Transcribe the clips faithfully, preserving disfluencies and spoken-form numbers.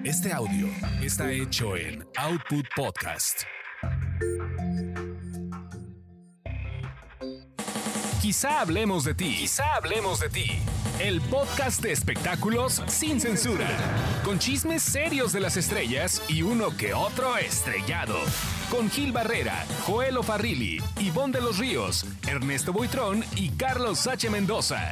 Este audio está hecho en Output Podcast. Quizá hablemos de ti. Quizá hablemos de ti. El podcast de espectáculos sin censura. Con chismes serios de las estrellas y uno que otro estrellado. Con Gil Barrera, Joel Farrilli, Ivonne de los Ríos, Ernesto Buitrón y Carlos H. Mendoza.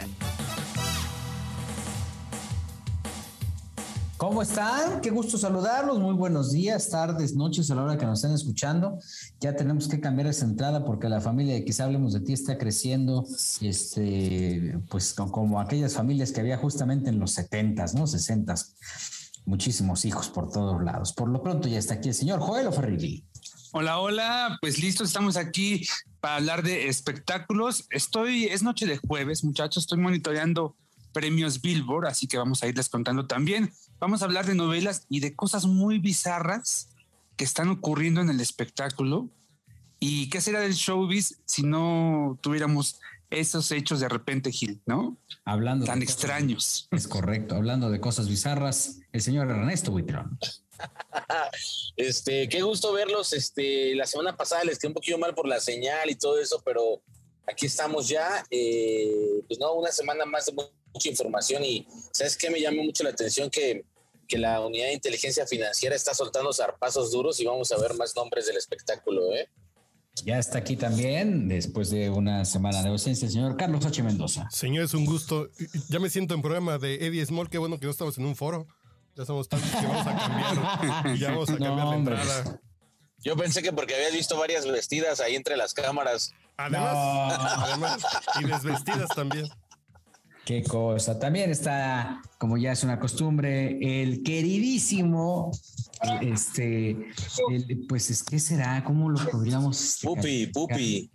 ¿Cómo están? Qué gusto saludarlos. Muy buenos días, tardes, noches a la hora que nos estén escuchando. Ya tenemos que cambiar esa entrada porque la familia de Quizá Hablemos de Ti está creciendo, este, pues como aquellas familias que había justamente en los setentas, ¿no? sesentas. Muchísimos hijos por todos lados. Por lo pronto ya está aquí el señor Joel Farrilli. Hola, hola. Pues listo, estamos aquí para hablar de espectáculos. Estoy, es noche de jueves, muchachos. Estoy monitoreando premios Billboard, así que vamos a irles contando también. Vamos a hablar de novelas y de cosas muy bizarras que están ocurriendo en el espectáculo. ¿Y qué será del showbiz si no tuviéramos esos hechos de repente, Gil, no? Hablando tan de extraños. Cosas, es correcto. Hablando de cosas bizarras, el señor Ernesto Buitrón. Este, qué gusto verlos. Este, la semana pasada les quedé un poquillo mal por la señal y todo eso, pero aquí estamos ya. Eh, pues no, una semana más de mucha información y ¿sabes qué? Me llamó mucho la atención que, que la unidad de inteligencia financiera está soltando zarpazos duros y vamos a ver más nombres del espectáculo, ¿eh? Ya está aquí también, después de una semana de ausencia, el señor Carlos H. Mendoza. Señor, es un gusto. Ya me siento en programa de Eddie Small. Qué bueno que no estamos en un foro. Ya somos tantos que vamos a cambiar. Ya vamos a cambiar no, la entrada. Yo pensé que porque habías visto varias vestidas ahí entre las cámaras. Además, no. además y desvestidas también. Qué cosa. También está, como ya es una costumbre, el queridísimo, este, el, pues es que será, ¿cómo lo podríamos? Pupi, Pupi.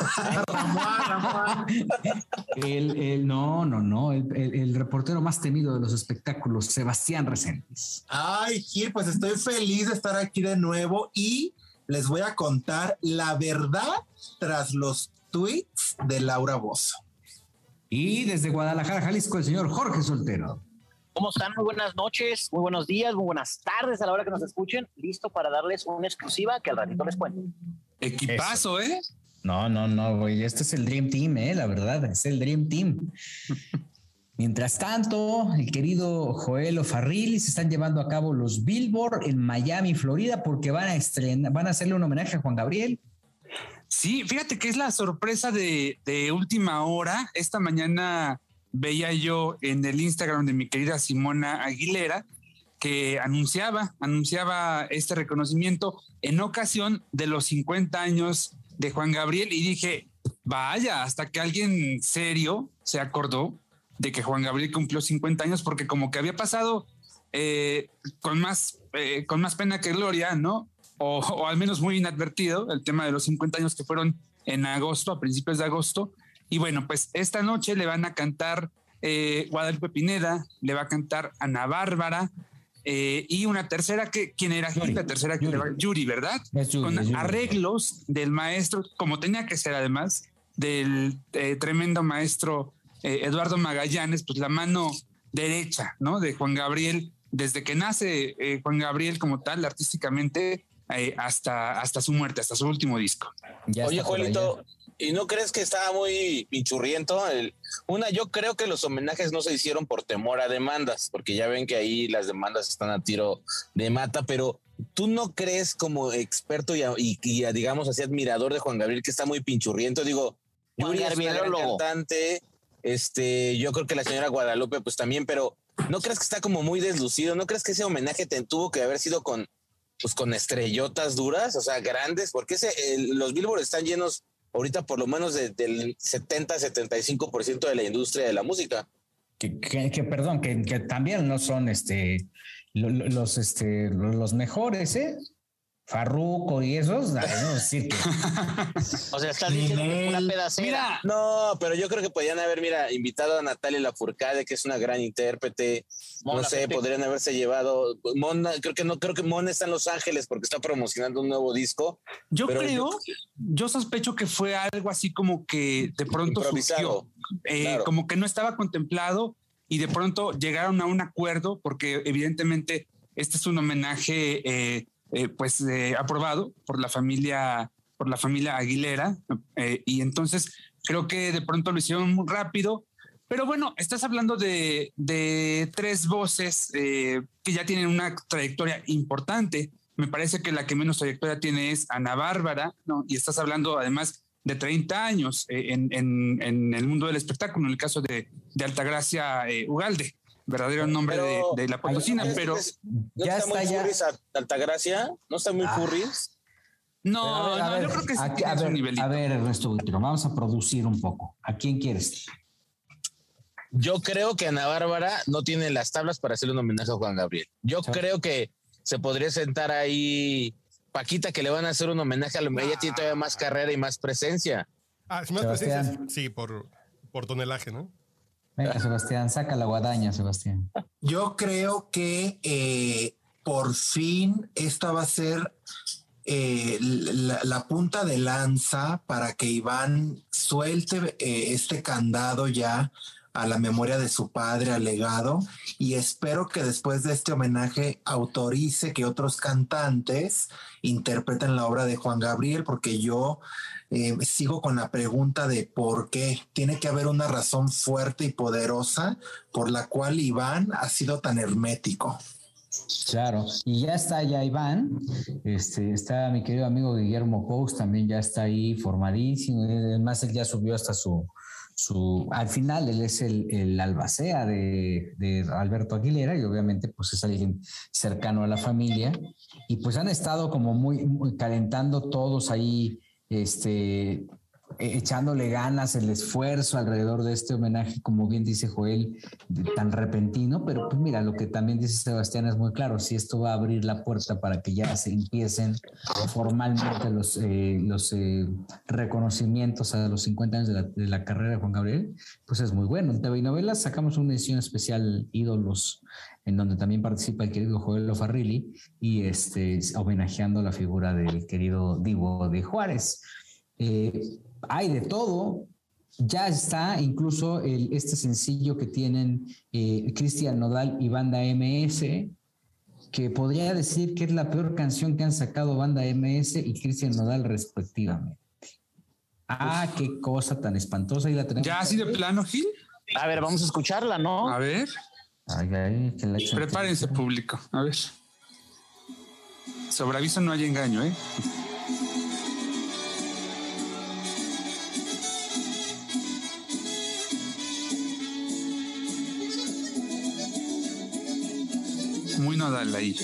el, el, no, no, no, el, el, el reportero más temido de los espectáculos, Sebastián Reséndiz. Ay, Gil, pues estoy feliz de estar aquí de nuevo y les voy a contar la verdad tras los tweets de Laura Bozzo. Y desde Guadalajara, Jalisco, el señor Jorge Soltero. ¿Cómo están? Muy buenas noches, muy buenos días, muy buenas tardes a la hora que nos escuchen. Listo para darles una exclusiva que al ratito les cuento. Equipazo, Eso. ¿eh? No, no, no, güey. Este es el Dream Team, ¿eh? La verdad, es el Dream Team. Mientras tanto, el querido Joel Farrilli se están llevando a cabo los Billboard en Miami, Florida, porque van a estrenar, van a hacerle un homenaje a Juan Gabriel. Sí, fíjate que es la sorpresa de, de última hora. Esta mañana veía yo en el Instagram de mi querida Simona Aguilera que anunciaba, anunciaba este reconocimiento en ocasión de los cincuenta años de Juan Gabriel y dije, vaya, hasta que alguien serio se acordó de que Juan Gabriel cumplió cincuenta años porque como que había pasado eh, con más, eh, con más pena que gloria, ¿no? O, o al menos muy inadvertido, el tema de los cincuenta años que fueron en agosto, a principios de agosto. Y bueno, pues esta noche le van a cantar eh, Guadalupe Pineda, le va a cantar Ana Bárbara eh, y una tercera, que ¿quién era? Yuri, la tercera que Yuri. Le va, Yuri, ¿verdad? Yuri, Con Yuri. arreglos del maestro, como tenía que ser además, del eh, tremendo maestro eh, Eduardo Magallanes, pues la mano derecha, ¿no? De Juan Gabriel, desde que nace eh, Juan Gabriel como tal, artísticamente, Eh, hasta, hasta su muerte, hasta su último disco. Ya Oye, Juelito, ¿y no crees que estaba muy pinchurriento? El, una, yo creo que los homenajes no se hicieron por temor a demandas, porque ya ven que ahí las demandas están a tiro de mata, pero ¿tú no crees como experto y, y, y digamos así admirador de Juan Gabriel que está muy pinchurriento? Digo, Yuri es una gran cantante, este, yo creo que la señora Guadalupe pues también, pero ¿no crees que está como muy deslucido? ¿No crees que ese homenaje te tuvo que haber sido con pues con estrellotas duras, o sea, grandes, porque ese, el, los Billboard están llenos ahorita por lo menos de, del setenta, setenta y cinco por ciento de la industria de la música? Que, que, que perdón, que, que también no son este los, este, los mejores, ¿eh? Farruko y esos, no, no sí que... O sea, estás diciendo una pedacera. Mira, no, pero yo creo que podrían haber, mira, invitado a Natalia Lafourcade, que es una gran intérprete. Mona, no sé, gente. Podrían haberse llevado. Mona, creo que no, creo que Mona está en Los Ángeles porque está promocionando un nuevo disco. Yo creo, yo, yo sospecho que fue algo así como que de pronto improvisado, surgió, eh, claro. como que no estaba contemplado y de pronto llegaron a un acuerdo porque evidentemente este es un homenaje eh, eh, pues eh, aprobado por la familia, por la familia Aguilera, eh, y entonces creo que de pronto lo hicieron muy rápido. Pero bueno, estás hablando de, de tres voces eh, que ya tienen una trayectoria importante. Me parece que la que menos trayectoria tiene es Ana Bárbara, ¿no? Y estás hablando además de treinta años eh, en, en, en el mundo del espectáculo, en el caso de, de Altagracia eh, Ugalde, verdadero nombre Pero, de, de la potosina, ay, pero... ¿No Ya está muy está, ya. furries Altagracia? ¿No está muy Ah. furries? No, A ver, a no, ver, yo creo que sí a, tiene a su ver, nivelito. a ver, Ernesto Buitrón, vamos a producir un poco. ¿A quién quieres? Yo creo que Ana Bárbara no tiene las tablas para hacerle un homenaje a Juan Gabriel. Yo Sí. creo que se podría sentar ahí Paquita, que le van a hacer un homenaje a lo ella tiene todavía más carrera y más presencia. Ah, si más Sebastián. presencias, sí, por, por tonelaje, ¿no? Venga, Sebastián, saca la guadaña, Sebastián. Yo creo que eh, por fin esta va a ser eh, la, la punta de lanza para que Iván suelte eh, este candado ya a la memoria de su padre, al legado, y espero que después de este homenaje autorice que otros cantantes interpreten la obra de Juan Gabriel, porque yo eh, sigo con la pregunta de por qué. Tiene que haber una razón fuerte y poderosa por la cual Iván ha sido tan hermético. Claro, y ya está ya Iván, este, está mi querido amigo Guillermo Pous, también ya está ahí formadísimo, además él ya subió hasta su, su al final él es el, el albacea de, de Alberto Aguilera y obviamente pues es alguien cercano a la familia y pues han estado como muy, muy calentando todos ahí, este... echándole ganas, el esfuerzo alrededor de este homenaje, como bien dice Joel, tan repentino, pero pues mira, lo que también dice Sebastián es muy claro, si esto va a abrir la puerta para que ya se empiecen formalmente los, eh, los eh, reconocimientos a los cincuenta años de la, de la carrera de Juan Gabriel, pues es muy bueno. En T V y Novelas sacamos una edición especial Ídolos, en donde también participa el querido Joel Lofarrilli y este, homenajeando la figura del querido Divo de Juárez. Eh, hay de todo, ya está incluso el, este sencillo que tienen eh, Cristian Nodal y Banda M S, que podría decir que es la peor canción que han sacado Banda M S y Cristian Nodal respectivamente. Ah, Uf. Qué cosa tan espantosa. Y la tenemos. ¿Ya así de plano, Gil? A ver, vamos a escucharla, ¿no? A ver. Ay, ay, que la prepárense, público. A ver. Sobre aviso no hay engaño, ¿eh? Muy Nodal ahí.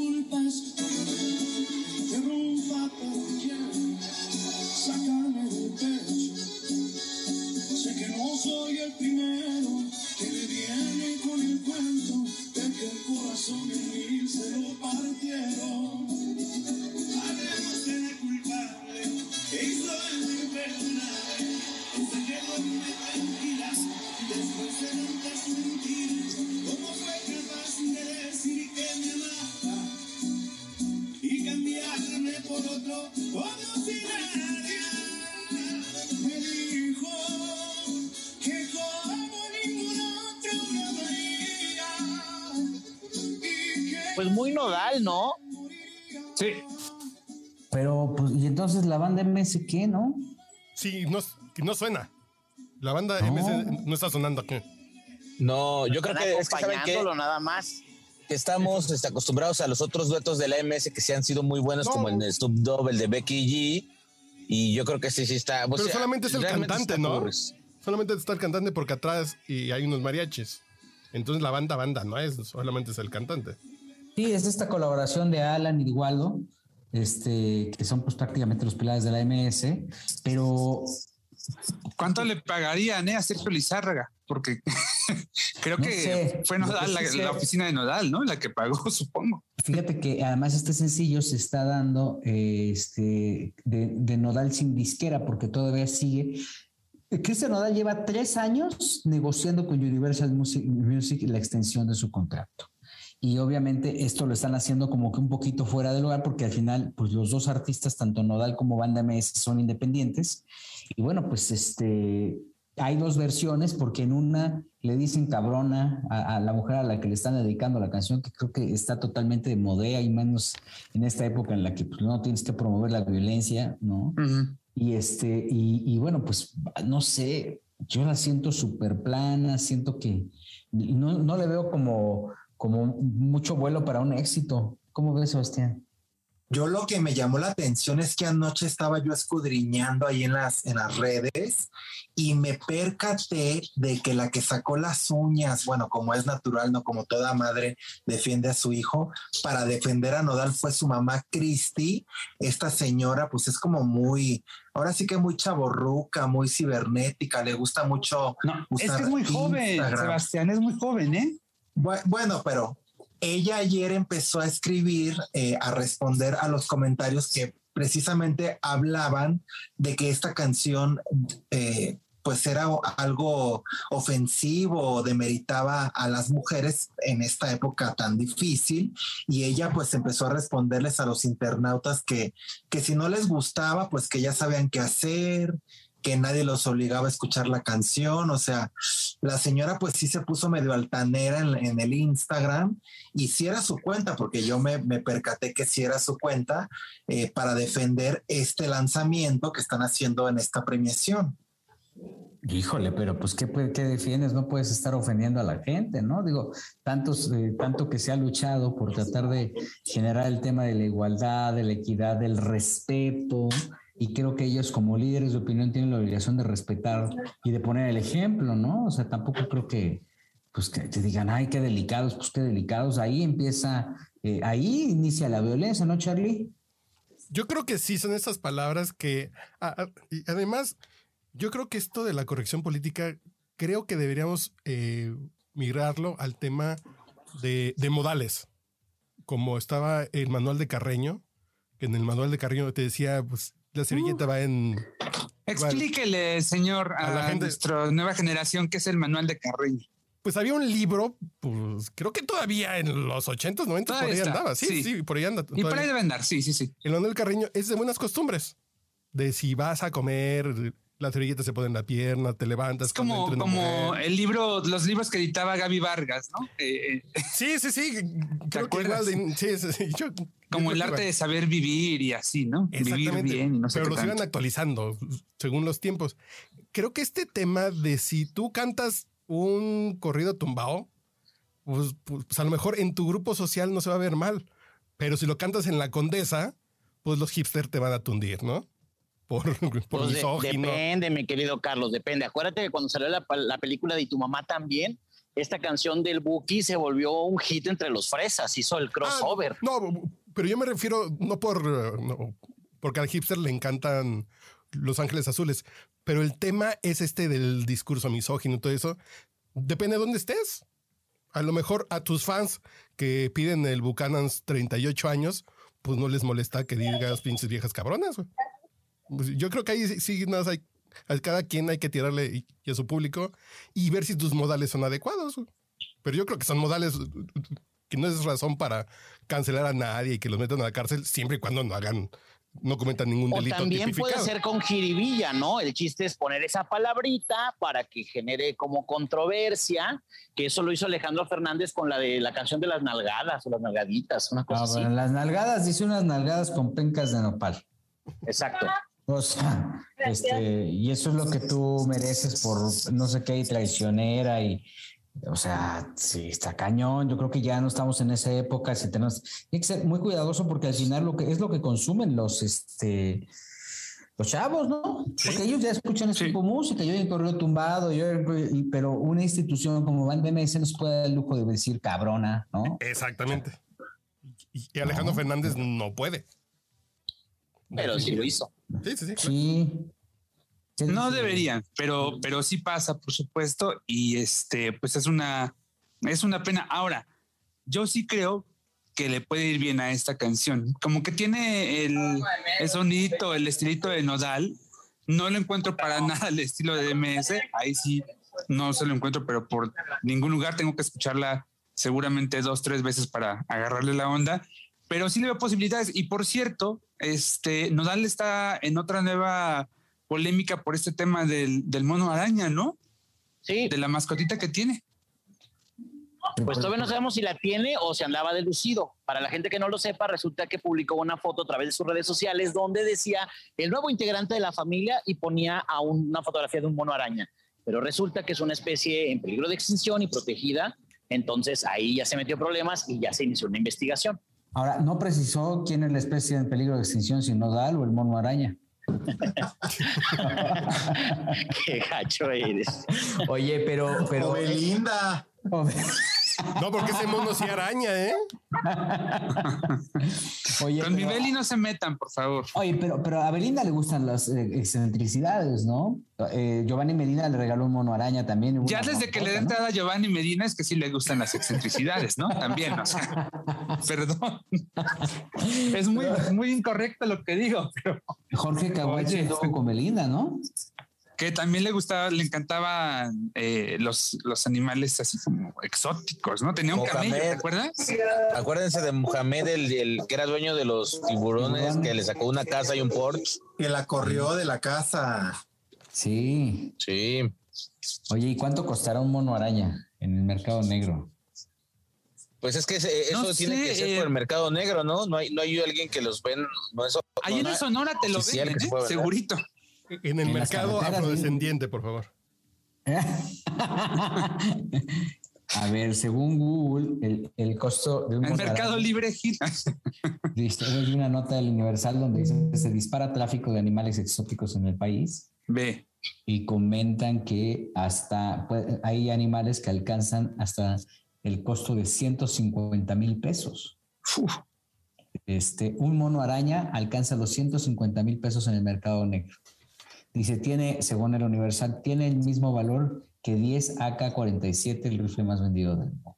Sé que no soy el primero que le viene con el cuento de que el corazón en mí se lo partieron. Además de culpable, que hizo el imperdonable, se quedó en mentiras después de tantas mentiras. ¿Cómo fue capaz de decir que me amaba y cambiarme por otro, como si nadie me dijo que como ningún otro me amaría? Y que Pues muy Nodal, ¿no? Sí. Pero, pues, y entonces la Banda M S, ¿qué, no? Sí, no, no suena. La Banda No. M S no está sonando aquí. No, yo creo Están que es que saben que, acompañándolo nada más. que estamos este, acostumbrados a los otros duetos de la M S que sí han sido muy buenos, No. como el de Snoop Dogg, el de Becky G. Y yo creo que sí, sí está. O Pero sea, solamente es el realmente cantante, está ¿no? furries. Solamente está el cantante porque atrás y hay unos mariachis. Entonces la banda, banda, no es, solamente es el cantante. Sí, es esta colaboración de Alan y de Waldo, este, que son pues prácticamente los pilares de la M S, pero ¿Cuánto le pagarían eh, a Sergio Lizárraga? Porque creo No que sé. fue Lo Nodal, que la, sí sé- la oficina de Nodal, ¿no? La que pagó, supongo. fíjate que además este sencillo se está dando eh, este, de, de Nodal sin disquera, porque todavía sigue. Cristian Nodal lleva tres años negociando con Universal Music, Music la extensión de su contrato. Y obviamente esto lo están haciendo como que un poquito fuera de lugar, porque al final, pues los dos artistas, tanto Nodal como Banda M S, son independientes. Y bueno, pues este, hay dos versiones, porque en una le dicen cabrona a, a la mujer a la que le están dedicando la canción, que creo que está totalmente de modea, y menos en esta época en la que pues, no tienes que promover la violencia, ¿no? Uh-huh. Y, este, y, y bueno, pues no sé, yo la siento súper plana, siento que no, no le veo como, como mucho vuelo para un éxito. ¿Cómo ves, Sebastián? Yo lo que me llamó la atención es que anoche estaba yo escudriñando ahí en las, en las redes y me percaté de que la que sacó las uñas, bueno, como es natural, no como toda madre defiende a su hijo, para defender a Nodal fue su mamá Cristi. Esta señora pues es como muy, ahora sí que muy chavorruca, muy cibernética, le gusta mucho. No, es que es muy joven, Sebastián, es muy joven, ¿eh? Bueno, pero ella ayer empezó a escribir, eh, a responder a los comentarios que precisamente hablaban de que esta canción eh, pues era algo ofensivo, demeritaba a las mujeres en esta época tan difícil, y ella pues empezó a responderles a los internautas que, que si no les gustaba, pues que ya sabían qué hacer, que nadie los obligaba a escuchar la canción. O sea, la señora pues sí se puso medio altanera en, en el Instagram, y sí era su cuenta, porque yo me, me percaté que sí era su cuenta, eh, para defender este lanzamiento que están haciendo en esta premiación. Híjole, pero pues ¿qué, qué defiendes? No puedes estar ofendiendo a la gente, ¿no? Digo, tantos, eh, tanto que se ha luchado por tratar de generar el tema de la igualdad, de la equidad, del respeto. Y creo que ellos como líderes de opinión tienen la obligación de respetar y de poner el ejemplo, ¿no? O sea, tampoco creo que, pues, que te digan, ay, qué delicados, pues qué delicados. Ahí empieza, eh, ahí inicia la violencia, ¿no, Charlie? Yo creo que sí, son esas palabras que, a, a, y además, yo creo que esto de la corrección política, creo que deberíamos eh, migrarlo al tema de, de modales, como estaba el manual de Carreño, que en el manual de Carreño te decía, pues, la servilleta uh, va en... Explíquele, señor, a, a la gente, nuestra nueva generación, qué es el manual de Carreño. Pues había un libro, pues creo que todavía en los ochentas, noventas por ahí está. andaba. Sí, sí, sí, por ahí anda. Y todavía. Por ahí debe andar, sí, sí, sí. El manual de Carreño es de buenas costumbres. De si vas a comer, la servilleta se pone en la pierna, te levantas. Es como, como el libro, los libros que editaba Gaby Vargas, ¿no? Eh, sí, sí, sí. ¿Te acuerdas? De, sí, sí, sí. Yo, como el arte de saber vivir y así, ¿no? Exactamente. Vivir bien y no sé Pero qué los tanto. iban actualizando según los tiempos. Creo que este tema de si tú cantas un corrido tumbado, pues, pues a lo mejor en tu grupo social no se va a ver mal. Pero si lo cantas en la Condesa, pues los hipsters te van a tundir, ¿no? Por, por pues misógino. De, depende, mi querido Carlos, depende. Acuérdate que cuando salió la, la película de Y tu mamá también, esta canción del Buki se volvió un hit entre los fresas, hizo el crossover. Ah, no, pero yo me refiero no por no, porque al hipster le encantan Los Ángeles Azules, pero el tema es este del discurso misógino y todo eso. Depende de dónde estés. A lo mejor a tus fans que piden el Buchanan's treinta y ocho años, pues no les molesta que digas pinches viejas cabronas. Pues yo creo que ahí sí, sí nada, hay, a cada quien hay que tirarle y, y a su público y ver si tus modales son adecuados. Pero yo creo que son modales que no es razón para cancelar a nadie y que los metan a la cárcel siempre y cuando no hagan, no cometan ningún o delito también tipificado. Puede ser con jiribilla, ¿no? El chiste es poner esa palabrita para que genere como controversia, que eso lo hizo Alejandro Fernández con la de la canción de las nalgadas o las nalgaditas, una cosa ah, así. Bueno, las nalgadas, dice unas nalgadas con pencas de nopal. Exacto. O sea, este, y eso es lo que tú mereces por no sé qué, y traicionera y, o sea, sí, está cañón. Yo creo que ya no estamos en esa época. Si tenemos, hay que ser muy cuidadoso porque al final lo que es lo que consumen los, este, los chavos, ¿no? Sí. Porque ellos ya escuchan ese sí. tipo de música. Yo he corrido tumbado, yo, pero una institución como Band M S nos puede dar el lujo de decir cabrona, ¿no? Exactamente. Y Alejandro no. Fernández no puede. Pero sí lo hizo. Sí, sí, sí. Sí. Sí, no sí. deberían, pero, pero sí pasa, por supuesto, y este, pues es una, es una pena. Ahora, yo sí creo que le puede ir bien a esta canción. Como que tiene el, el sonidito, el estilito de Nodal. No lo encuentro para nada el estilo de M S. Ahí sí no se lo encuentro, pero por ningún lugar. Tengo que escucharla seguramente dos, tres veces para agarrarle la onda. Pero sí le veo posibilidades. Y por cierto, este Nodal está en otra nueva polémica por este tema del, del mono araña, ¿no? Sí. De la mascotita que tiene. Pues todavía no sabemos si la tiene o si andaba de lucido. Para la gente que no lo sepa, resulta que publicó una foto a través de sus redes sociales donde decía el nuevo integrante de la familia y ponía a un, una fotografía de un mono araña. Pero resulta que es una especie en peligro de extinción y protegida. Entonces ahí ya se metió problemas y ya se inició una investigación. Ahora, no precisó quién es la especie en peligro de extinción, si Nodal o el mono araña. Qué gacho eres. Oye, pero... pero O Belinda. No, porque ese mono sí araña, ¿eh? Oye, Con pero, mi Beli no se metan, por favor. oye, pero, pero a Belinda le gustan las eh, excentricidades, ¿no? Eh, Giovanni Medina le regaló un mono araña también. Ya desde que le da entrada a Giovanni Medina es que sí le gustan las excentricidades, ¿no? También, o sea, perdón. Es muy, muy incorrecto lo que digo, pero Jorge Caguache Oye. estuvo con Belinda, ¿no? que también le gustaba, le encantaban eh, los, los animales así como exóticos, ¿no? Tenía un Mohamed. camello, ¿te acuerdas? Acuérdense de Mohamed, el, el que era dueño de los tiburones, que le sacó una casa y un Porsche. Que la corrió de la casa. Sí. Sí. Oye, ¿y cuánto costará un mono araña en el mercado negro? Pues es que ese- eso No tiene sé, que ser eh, por el mercado negro, ¿no? No hay, no hay alguien que los ven. No, eso, Ahí no, en el Sonora te lo oficial venden, que se ¿eh? puede vender. Segurito. En el En las mercado carreteras, afrodescendiente, por favor. A ver, según Google, el, el costo de un El mono Mercado araña- Libre gira. Listo, hay una nota del Universal donde dice que se dispara tráfico de animales exóticos en el país Ve. y comentan que hasta pues, hay animales que alcanzan hasta el costo de ciento cincuenta mil pesos. Uf. Este, un mono araña alcanza los ciento cincuenta mil pesos en el mercado negro. Dice, tiene, según el Universal, tiene el mismo valor que diez A K cuarenta y siete, el rifle más vendido del mundo.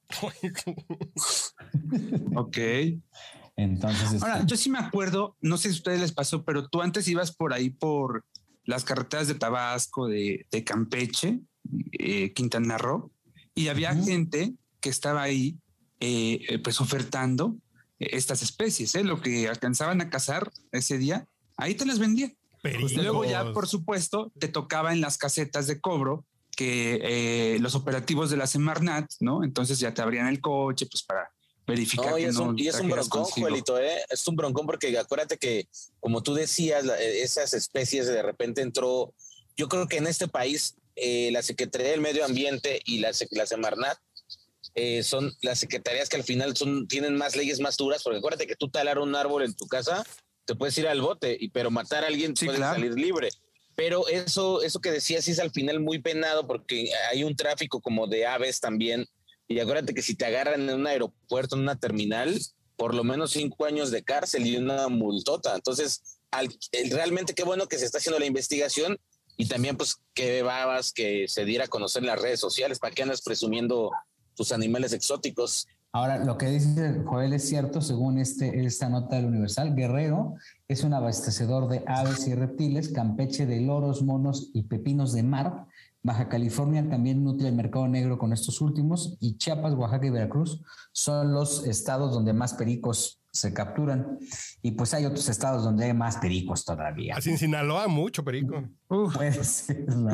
Ok. Entonces, Ahora, este, yo sí me acuerdo, no sé si a ustedes les pasó, pero tú antes ibas por ahí por las carreteras de Tabasco, de, de Campeche, eh, Quintana Roo, y había Ujú. gente que estaba ahí eh, eh, pues ofertando eh, estas especies, ¿eh? Lo que alcanzaban a cazar ese día, ahí te las vendían. Pericos. Luego ya, por supuesto, te tocaba en las casetas de cobro que eh, los operativos de la Semarnat, ¿no? Entonces ya te abrían el coche, pues para verificar No, y que es no un, y es un trajeras broncón, consigo. Juelito, ¿eh? Es un broncón porque acuérdate que, como tú decías, la- esas especies de repente entró. Yo creo que en este país, eh, la Secretaría del Medio Ambiente y la, Sec- la Semarnat eh, son las secretarías que al final son, tienen más leyes más duras, porque acuérdate que tú talar un árbol en tu casa, te puedes ir al bote, y, pero matar a alguien Sí, puedes claro. salir libre. Pero eso, eso que decías sí es al final muy penado porque hay un tráfico como de aves también. Y acuérdate que si te agarran en un aeropuerto, en una terminal, por lo menos cinco años de cárcel y una multota. Entonces, al, el- realmente qué bueno que se está haciendo la investigación y también pues qué babas que se diera a conocer en las redes sociales. ¿Para qué andas presumiendo tus animales exóticos? ahora, lo que dice Joel es cierto, según este, esta nota del Universal, Guerrero es un abastecedor de aves y reptiles, Campeche de loros, monos y pepinos de mar. Baja California también nutre el mercado negro con estos últimos y Chiapas, Oaxaca y Veracruz son los estados donde más pericos se capturan. Y pues hay otros estados donde hay más pericos todavía. Así en Sinaloa, mucho perico. Uf. Puede ser, ¿no?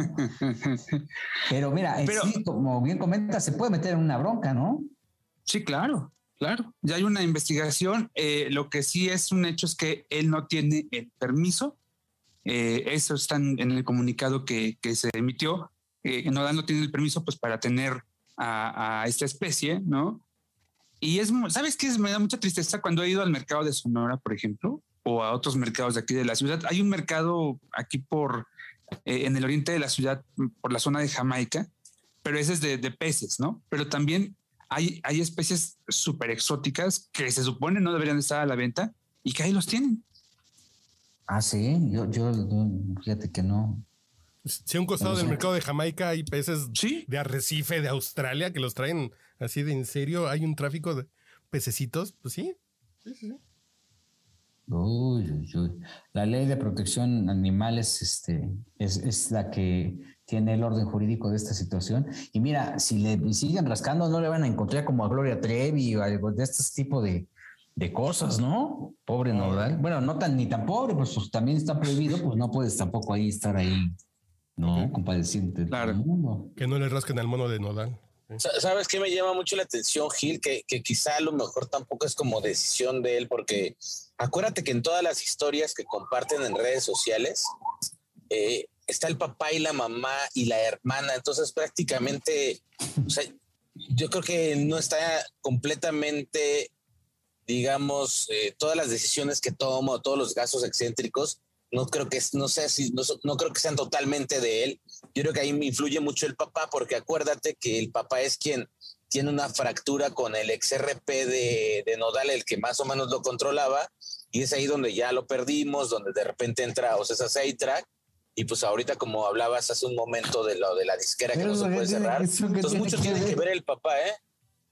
Pero mira, en Pero- sí, como bien comenta, se puede meter en una bronca, ¿no? Sí, claro, claro. Ya hay una investigación. Eh, lo que sí es un hecho es que él no tiene el permiso. Eh, eso está en, en el comunicado que, que se emitió. Eh, Nodal no tiene el permiso pues para tener a, a esta especie, ¿no? Y es, mu- ¿sabes qué? Es- me da mucha tristeza cuando he ido al mercado de Sonora, por ejemplo, o a otros mercados de aquí de la ciudad. Hay un mercado aquí por, eh, en el oriente de la ciudad, por la zona de Jamaica, pero ese es de, de peces, ¿no? Pero también hay, hay especies súper exóticas que se supone no deberían estar a la venta y que ahí los tienen. Ah, sí, yo, yo, yo- fíjate que no. Si a un costado No del sé. mercado de Jamaica hay peces Sí. de arrecife de Australia que los traen así de en serio, hay un tráfico de pececitos, pues sí. Uy, uy, uy. La ley de protección animales este, es, es la que tiene el orden jurídico de esta situación. Y mira, si le siguen rascando, no le van a encontrar como a Gloria Trevi o algo de este tipo de, de cosas, ¿no? Pobre Nodal. Bueno, no tan ni tan pobre, pues, pues también está prohibido, pues no puedes tampoco ahí estar ahí, ¿no? Compadeciente. Claro. Mundo. Que no le rasquen al mono de Nodal. ¿Sabes qué me llama mucho la atención, Gil? Que, que quizá a lo mejor tampoco es como decisión de él, porque acuérdate que en todas las historias que comparten en redes sociales eh, está el papá y la mamá y la hermana, entonces prácticamente, o sea, yo creo que no está completamente, digamos, eh, todas las decisiones que toma, todos los gastos excéntricos, no creo que, no sé si, no, no creo que sean totalmente de él. Yo creo que ahí me influye mucho el papá, porque acuérdate que el papá es quien tiene una fractura con el ex R P de, de Nodal, el que más o menos lo controlaba, y es ahí donde ya lo perdimos, donde de repente entra Ocesa Seitrack, y pues ahorita como hablabas hace un momento de lo de la disquera que Pero no se eso puede que tiene- cerrar, eso que entonces tiene mucho que tiene que ver. ver el papá, ¿eh?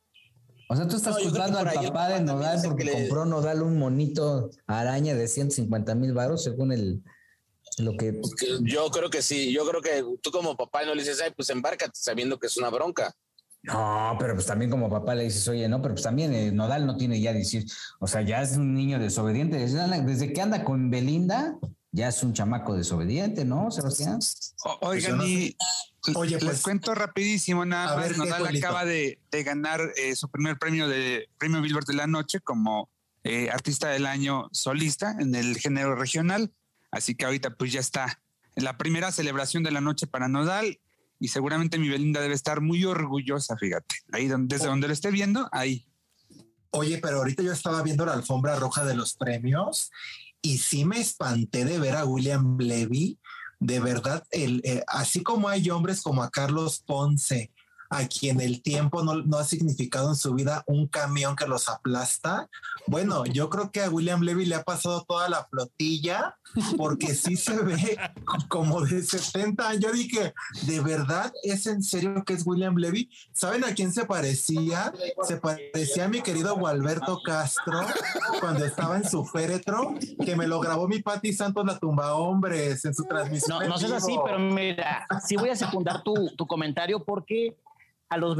O sea, tú estás No, yo creo que juzgando por al ahí el papá de papá también Nodal es el porque que le- compró Nodal un monito araña de ciento cincuenta mil varos, según el lo que... Que Yo creo que sí, yo creo que tú como papá no le dices, ay, pues embárcate sabiendo que es una bronca. No, pero pues también como papá le dices, oye, no, pero pues también eh, Nodal no tiene ya decir, o sea, ya es un niño desobediente. Desde, desde que anda con Belinda, ya es un chamaco desobediente, ¿no, Sebastián? O- oigan, yo no y Oye, les pues, cuento rapidísimo nada a más. ver, ¿qué, Nodal Juanito? acaba de, de ganar eh, su primer premio de premio Billboard de la noche como eh, artista del año solista en el género regional. Así que ahorita pues ya está en la primera celebración de la noche para Nodal y seguramente mi Belinda debe estar muy orgullosa, fíjate. Ahí donde, desde donde lo esté viendo, ahí. Oye, pero ahorita yo estaba viendo la alfombra roja de los premios y sí me espanté de ver a William Levy. De verdad, el, eh, así como hay hombres como a Carlos Ponce, a quien el tiempo no, no ha significado en su vida un camión que los aplasta. Bueno, yo creo que a William Levy le ha pasado toda la flotilla porque sí se ve como de setenta años. Yo dije, ¿de verdad es en serio que es William Levy? ¿Saben a quién se parecía? Se parecía a mi querido Gualberto Castro cuando estaba en su féretro, que me lo grabó mi Pati Santos la tumba hombres en su transmisión. No, no seas así, pero mira, sí voy a secundar tu, tu comentario porque a los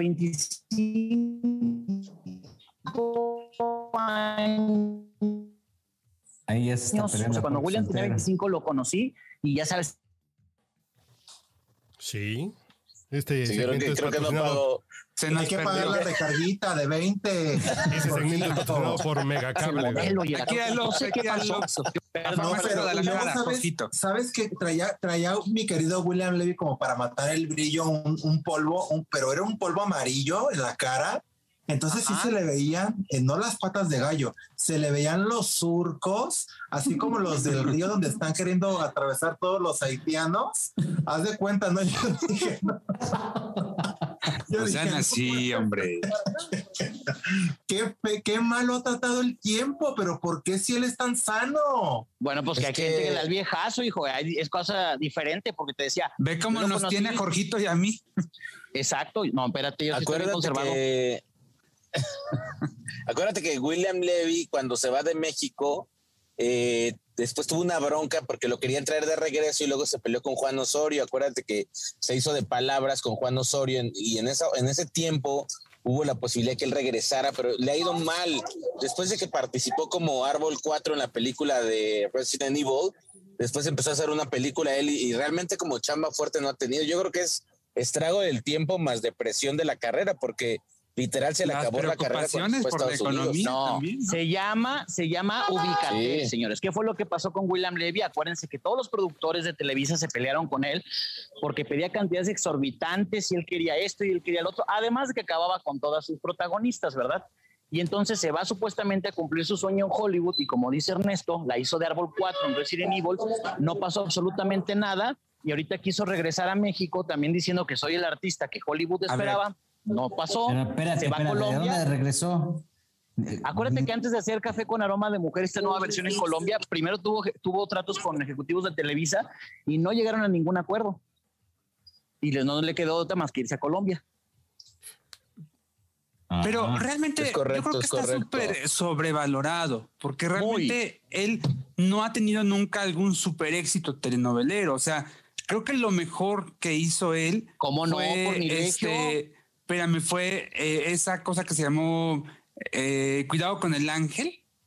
veinticinco años, Ahí ya se está o peleando sea, cuando por William su tenía entera. veinticinco lo conocí y ya sabes. Sí. Este Sí, creo segmento que, es creo que no patrocinado. pago. Se Hay nos que pagar perdió. la recarguita de veinte. Ese segmento es patrocinado por Megacable. güey. Modelo y el- Aquí al no Oxxo, sé qué aquí al pasó. Oxxo. Perdón, No, Farmacia pero de y luego, Guadalajara, ¿sabes, Jorgito. ¿sabes que traía, traía mi querido William Levy como para matar el brillo, un, un polvo, un, pero era un polvo amarillo en la cara? Entonces Ajá. sí se le veían, eh, no las patas de gallo, se le veían los surcos, así como los del río donde están queriendo atravesar todos los haitianos. Haz de cuenta, ¿no? Yo dije, no. Yo No dije, sean no, así, hombre. qué, pe- qué malo ha tratado el tiempo, pero ¿por qué si él es tan sano? Bueno, pues Es que hay que- gente que le da el viejazo, hijo, ahí es cosa diferente porque te decía. Ve cómo yo lo nos conocí- tiene a Jorgito y a mí. Exacto, no, espérate, yo sí estoy bien Acuérdate conservado. que, acuérdate que William Levy, cuando se va de México, eh, después tuvo una bronca porque lo querían traer de regreso y luego se peleó con Juan Osorio. Acuérdate que se hizo de palabras con Juan Osorio en- y en, esa, en ese tiempo hubo la posibilidad de que él regresara, pero le ha ido mal. Después de que participó como Árbol cuatro en la película de Resident Evil, después empezó a hacer una película él y, y realmente como chamba fuerte no ha tenido. Yo creo que es estrago del tiempo más depresión de la carrera, porque literal se le Las acabó la carrera cuando preocupaciones fue a por la Estados Unidos. economía No, también, ¿no? se llama, se llama Ubícate, Sí. señores. ¿Qué fue lo que pasó con William Levy? Acuérdense que todos los productores de Televisa se pelearon con él porque pedía cantidades exorbitantes y él quería esto y él quería lo otro, además de que acababa con todas sus protagonistas, ¿verdad? Y entonces se va supuestamente a cumplir su sueño en Hollywood y como dice Ernesto, la hizo de Árbol cuatro en Resident Evil, no pasó absolutamente nada y ahorita quiso regresar a México también diciendo que soy el artista que Hollywood A ver. esperaba. No pasó, Pero espérate, se va a espérate, ¿de Colombia. dónde regresó? Eh, Acuérdate que antes de hacer Café con Aroma de Mujer, esta nueva versión en Colombia, primero tuvo, tuvo tratos con ejecutivos de Televisa y no llegaron a ningún acuerdo. Y le- no le quedó otra más que irse a Colombia. Ah, Pero realmente Es correcto, yo creo que es está correcto. súper sobrevalorado, porque realmente él no ha tenido nunca algún super éxito telenovelero. O sea, creo que lo mejor que hizo él ¿Cómo no? fue, Por mi este, espérame, fue eh, esa cosa que se llamó eh, Cuidado con el Ángel,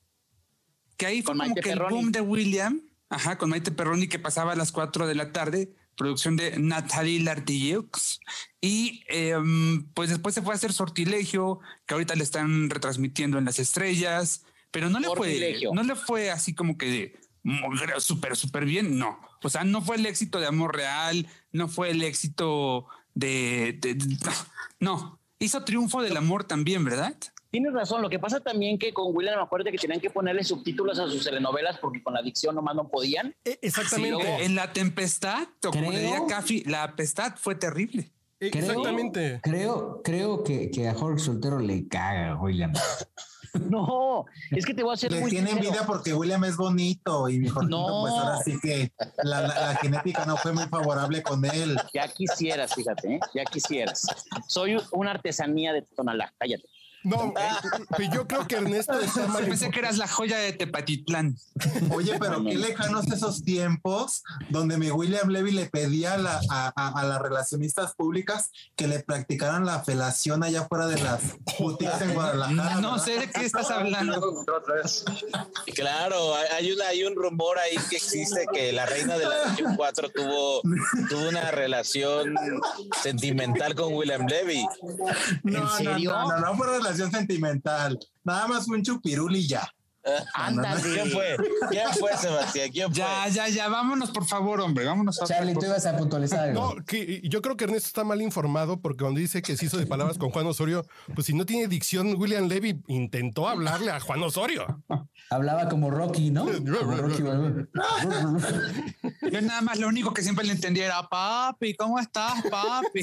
que ahí fue Con como Maite que el Perroni. boom de William, ajá, con Maite Perroni, que pasaba a las cuatro de la tarde, producción de Nathalie Lartilleux, y eh, pues después se fue a hacer Sortilegio, que ahorita le están retransmitiendo en Las Estrellas, pero no le fue, Sortilegio. no le fue así como que súper, súper bien, no. O sea, no fue el éxito de Amor Real, no fue el éxito de, de, de no, hizo Triunfo del Amor también, ¿verdad? Tienes razón, lo que pasa también que con William, me acuerdo que tenían que ponerle subtítulos a sus telenovelas porque con la adicción nomás no podían. Eh, Exactamente. Sí, luego, en La Tempestad, o como le Creo- diría Caffi, La Tempestad fue terrible. Eh, Creo- Exactamente. Creo, creo que, que a Jorge Soltero le caga, William. No, es que te voy a hacer Le muy tiene sincero. envidia porque William es bonito y mi Jorgito, No. pues ahora sí que la, la- la genética no fue muy favorable con él. Ya quisieras, fíjate, ¿eh? Ya quisieras. Soy una artesanía de Tonalá, cállate. No, eh, pero yo creo que Ernesto está mal. Pensé que eras la joya de Tepatitlán. Oye, pero qué lejanos esos tiempos donde mi William Levy le pedía a, la- a, a- a las relacionistas públicas que le practicaran la felación allá fuera de las boutiques en Guadalajara. No ¿verdad? sé de qué estás hablando. Claro, hay- hay, una, hay un rumor ahí que existe que la reina de la Región cuatro tuvo, tuvo una relación sentimental con William Levy. No, ¿En serio? No, no, no, no fue relación sentimental. Nada más fue un chupirul y ya. Ándale. ¿Quién fue? ¿Quién fue, Sebastián? ¿Quién fue? Ya, ya, ya, vámonos por favor, hombre, vámonos a Charlie, tú ibas a puntualizar algo. No, que yo creo que Ernesto está mal informado porque cuando dice que se hizo de palabras con Juan Osorio, pues si no tiene dicción, William Levy intentó hablarle a Juan Osorio. Hablaba como Rocky, ¿no? Como Rocky Balboa. Yo nada más lo único que siempre le entendía era papi, ¿cómo estás, papi?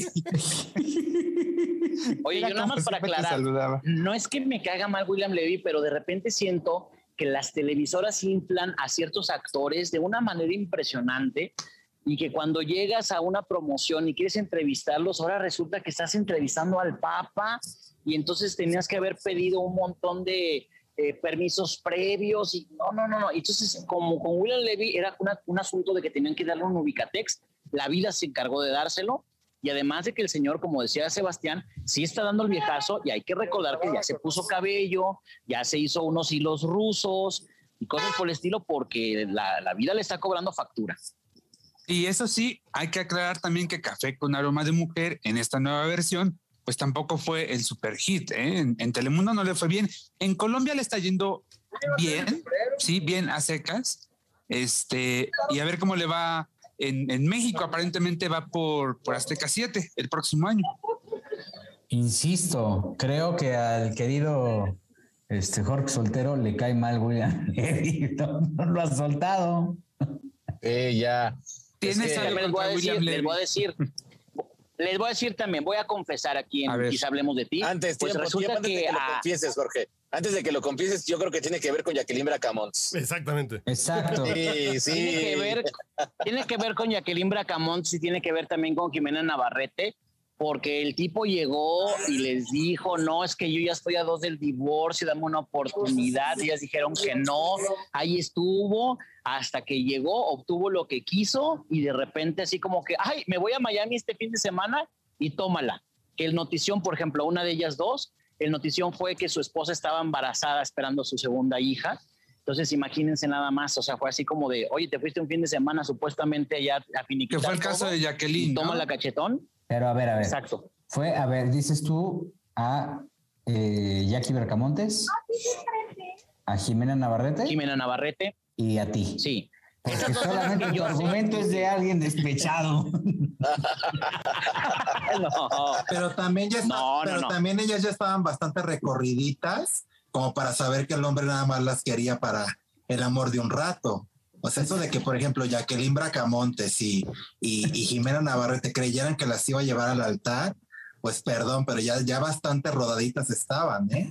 Oye, Era yo nada como más para siempre te aclarar, saludaba. no es que me caiga mal William Levy, pero de repente siento que las televisoras inflan a ciertos actores de una manera impresionante y que cuando llegas a una promoción y quieres entrevistarlos, ahora resulta que estás entrevistando al Papa y entonces tenías que haber pedido un montón de eh, permisos previos y no, no, no, no. Entonces, como con William Levy era una- un asunto de que tenían que darle un Ubicatex, la vida se encargó de dárselo. Y además de que el señor, como decía Sebastián, sí está dando el viejazo y hay que recordar que ya se puso cabello, ya se hizo unos hilos rusos y cosas por el estilo porque la, la vida le está cobrando factura. Y eso sí, hay que aclarar también que Café con Aroma de Mujer en esta nueva versión, pues tampoco fue el super hit, ¿eh? En, en Telemundo no le fue bien. En Colombia le está yendo bien, sí, bien a secas. Este, y a ver cómo le va en, en México. Aparentemente va por, por Azteca siete el próximo año. Insisto, creo que al querido este, Jorge Soltero le cae mal William Levy. No, no lo ha soltado. Eh, ya. Tienes Es que- algo Les voy a contra decir, William les Levy. voy a decir, les voy a decir también, voy a confesar aquí A en ver. Quizá hablemos de ti. Antes, pues tiempo, resulta tiempo, antes de que, que lo a- confieses, Jorge. Antes de que lo confieses, yo creo que tiene que ver con Jacqueline Bracamontes. Exactamente. Exacto. Sí, sí. tiene que ver, tiene que ver con Jacqueline Bracamontes y tiene que ver también con Jimena Navarrete, porque el tipo llegó y les dijo, no, es que yo ya estoy a dos del divorcio, dame una oportunidad. Y ellas dijeron que no, ahí estuvo, hasta que llegó, obtuvo lo que quiso y de repente así como que, ay, me voy a Miami este fin de semana y tómala. Que el notición, por ejemplo, una de ellas dos, el notición fue que su esposa estaba embarazada esperando a su segunda hija. Entonces, imagínense nada más, o sea, fue así como de, oye, te fuiste un fin de semana supuestamente allá a finiquitar Que fue el caso todo de Jacqueline, y toma ¿no? la cachetón. Pero a ver, a ver. Exacto. Fue, a ver, dices tú a eh, Jackie Bercamontes, a Jimena Navarrete Jimena Navarrete, y a ti. sí. Porque Esas dos son las solamente que tu yo sé. argumento es de alguien despechado. No. Pero también ya está- No, no, pero no. también ellas ya estaban bastante recorriditas como para saber que el hombre nada más las quería para el amor de un rato. O sea, eso de que, por ejemplo, Jacqueline Bracamontes y, y, y Jimena Navarrete creyeran que las iba a llevar al altar, pues perdón, pero ya, ya bastante rodaditas estaban, ¿eh?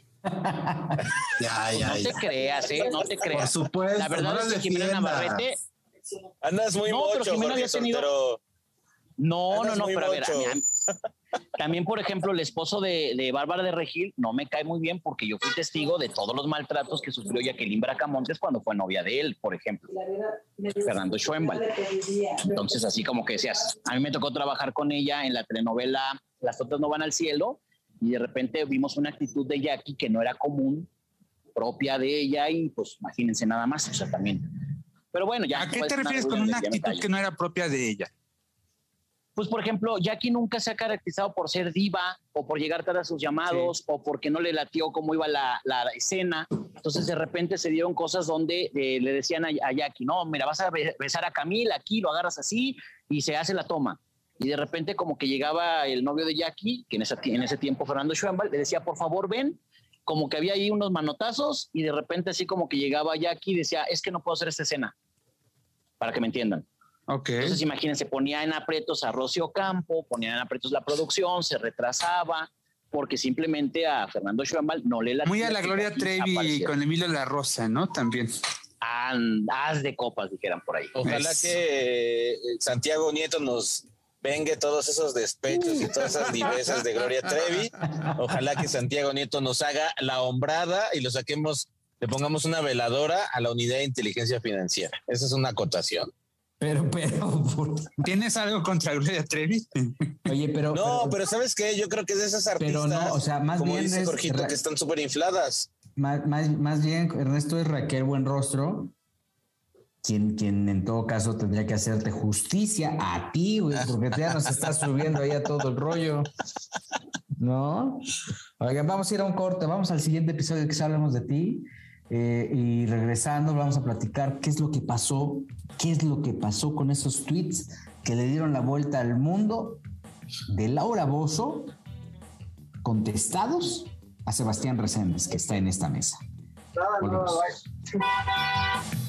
Ya, ya, No te ya. creas, ¿eh? No te Por creas. supuesto. La verdad no es las que Jimena defiendas. Navarrete, Andas muy No, pero mocho, Jimena Jorge había tenido- Soltero. no, no, Andas no, muy pero a ver, mocho. a mí- a mí- también, por ejemplo, el esposo de, de Bárbara de Regil no me cae muy bien porque yo fui testigo de todos los maltratos que sufrió Jacqueline Bracamontes cuando fue novia de él, por ejemplo, Fernando Schoenwald. Entonces, así como que decías, a mí me tocó trabajar con ella en la telenovela Las otras no van al cielo y de repente vimos una actitud de Jackie que no era común propia de ella y pues imagínense nada más, o sea, también. Pero bueno, ya. ¿A qué te refieres con una actitud que no era propia de ella? Pues, por ejemplo, Jackie nunca se ha caracterizado por ser diva o por llegar tarde a sus llamados, sí, o porque no le latió cómo iba la, la escena. Entonces, de repente se dieron cosas donde eh, le decían a, a Jackie, no, mira, vas a besar a Camila, aquí lo agarras así y se hace la toma. Y de repente como que llegaba el novio de Jackie, que en ese, en ese tiempo Fernando Schönwald, le decía, por favor, ven, como que había ahí unos manotazos y de repente así como que llegaba Jackie y decía, es que no puedo hacer esta escena, para que me entiendan. Okay. Entonces, imagínense, ponía en aprietos a Rocío Campo, ponía en aprietos la producción, se retrasaba, porque simplemente a Fernando Schönwald no le la... Muy a la Gloria Trevi con Emilio La Rosa, ¿no? También. Andas de copas, dijeran por ahí. Ojalá es... que Santiago Nieto nos vengue todos esos despechos y todas esas divezas de Gloria Trevi. Ojalá que Santiago Nieto nos haga la hombrada y lo saquemos, le pongamos una veladora a la unidad de inteligencia financiera. Esa es una acotación. Pero, pero... Por... ¿Tienes algo contra Gloria Trevi? Oye, pero... No, pero, pero ¿sabes qué? Yo creo que es de esas artistas, pero no, o sea, más como bien dice es, Jorgito, Ra- que están súper infladas. Más, más, más bien, Ernesto, es Raquel Buenrostro, quien, quien en todo caso tendría que hacerte justicia a ti, güey, porque ya nos estás subiendo ahí a todo el rollo. ¿No? Oigan, vamos a ir a un corte, vamos al siguiente episodio de que hablemos de ti. Eh, y regresando vamos a platicar qué es lo que pasó, qué es lo que pasó con esos tweets que le dieron la vuelta al mundo de Laura Bozzo, contestados a Sebastián Reséndez, que está en esta mesa. Volvemos.